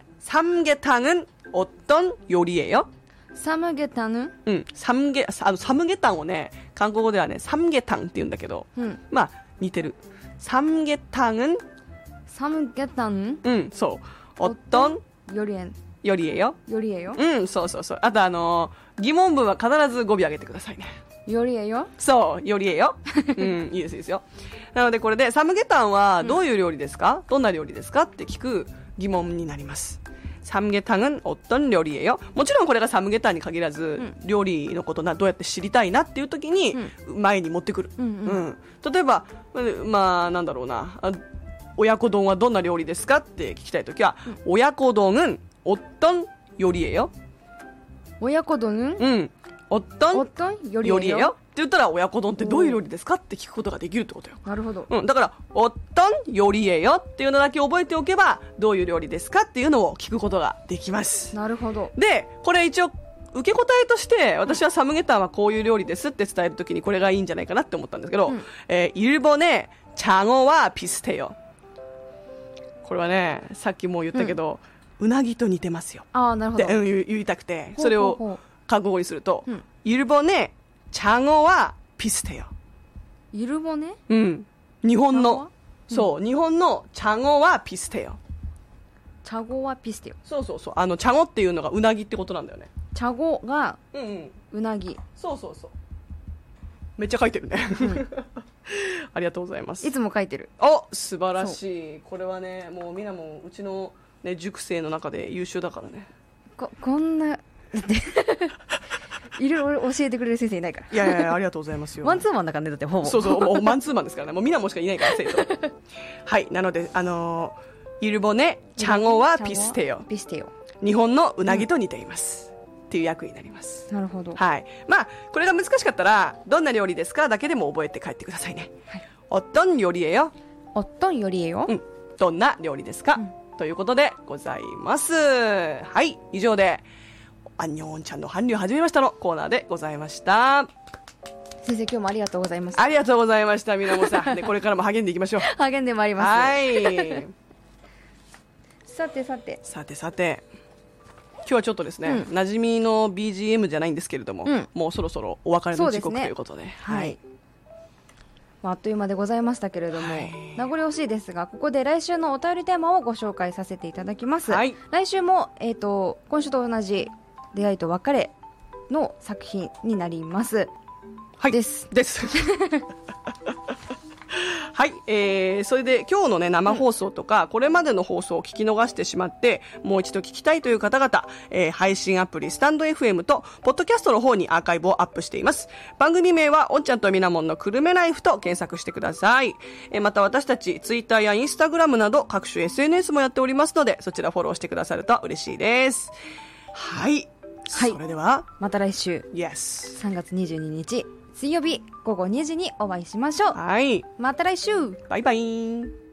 삼계탕은어떤요리예요？ 삼계탕은？ うん、삼계あのサムゲタンをね韓国語ではね삼계탕って言うんだけど、うん、まあ似てる。삼계탕은 삼계탕은 うんそう어떤 요리엔 요리예요? 요리예요? 응, そうそうそう。あとあの疑問文は必ず語尾上げてくださいね。 요리예요? そう、요리예요? うん、いいですいいですよ。なのでこれでサムゲタンはどういう料理ですか？どんな料理ですかって聞く疑問になります。삼계탕은어떤요리예요？もちろんこれがサムゲタンに限らず、うん、料理のことなどうやって知りたいなっていう時に、うん、前に持ってくる、うんうんうん、例えばまあなんだろうな、親子丼はどんな料理ですかって聞きたい時は、うん、親子丼어떤요리예요？ 親子丼うん어떤요리예요？って言ったら親子丼ってどういう料理ですかって聞くことができるってことよ。 なるほど、 うん、だから어떤요리예요っていうのだけ覚えておけばどういう料理ですかっていうのを聞くことができます。 なるほど。 でこれ一応受け答えとして私はサムゲタンはこういう料理ですって伝えるときにこれがいいんじゃないかなって思ったんですけど、うんえー、일본의 장어와 비슷해요。これはねさっきも言ったけど、うん、うなぎと似てますよ。 あーなるほど。 で、うん、言, 言いたくてそれを韓国語にすると、うん、일본의 장어와 비슷해요。 일본의? うん。日本の、そう、日本の장어와 비슷해요。 장어와 비슷해요。 そうそうそう。あの、장어っていうのがうなぎってことなんだよね。 장어が、 うんうん。 うなぎ。 そうそうそう。めっちゃ書いてるね。うん、 ありがとうございます。 いつも書いてる。 お、素晴らしい。これはね、もうみんなもうちの、ね、塾生の中で優秀だからね。 ここんないろいろ教えてくれる先生いないから。 いやいやいや、ありがとうございますよ。 マンツーマンだからね、だってほぼ。 そうそう、もうマンツーマンですからね。もうみんなもしかいないから、生徒。はい、なので、あのー、イルボネ、チャゴはピステヨ。 ピステヨ。 日本のうなぎと似ています。うん、っていう役になります。 なるほど。 はい。まあ、これが難しかったら、どんな料理ですかだけでも覚えて帰ってくださいね。はい。おっとん料理えよ。 おっとん料理えよ。 うん。どんな料理ですか、うん、ということでございます。はい。以上で、アンニョンちゃんの韓流始めましたのコーナーでございました。 先生、今日もありがとうございました。 ありがとうございました。みなもさん。で、これからも励んでいきましょう。 励んでまいります。 はい。 さてさて。 さてさて。今日はちょっとですね、うん、馴染みの ビージーエム じゃないんですけれども、うん、もうそろそろお別れの時刻ということで。でね、はい。 まあ、あっという間でございましたけれども、はい、名残惜しいですが、ここで来週のお便りテーマをご紹介させていただきます。はい、来週も、えーと、今週と同じ出会いと別れの作品になります。 はい。 です。 です。はい、えー、それで今日のね生放送とか、うん、これまでの放送を聞き逃してしまってもう一度聞きたいという方々、えー、配信アプリスタンド エフエム とポッドキャストの方にアーカイブをアップしています。番組名はおんちゃんとみなもんのくるめライフと検索してください。えー、また私たちツイッターやインスタグラムなど各種 エスエヌエス もやっておりますので、そちらフォローしてくださると嬉しいです。はい、はい、それではまた来週、 yes、 さんがつにじゅうににち水曜日ごごにじにお会いしましょう。 はい、 また来週、 バイバイ。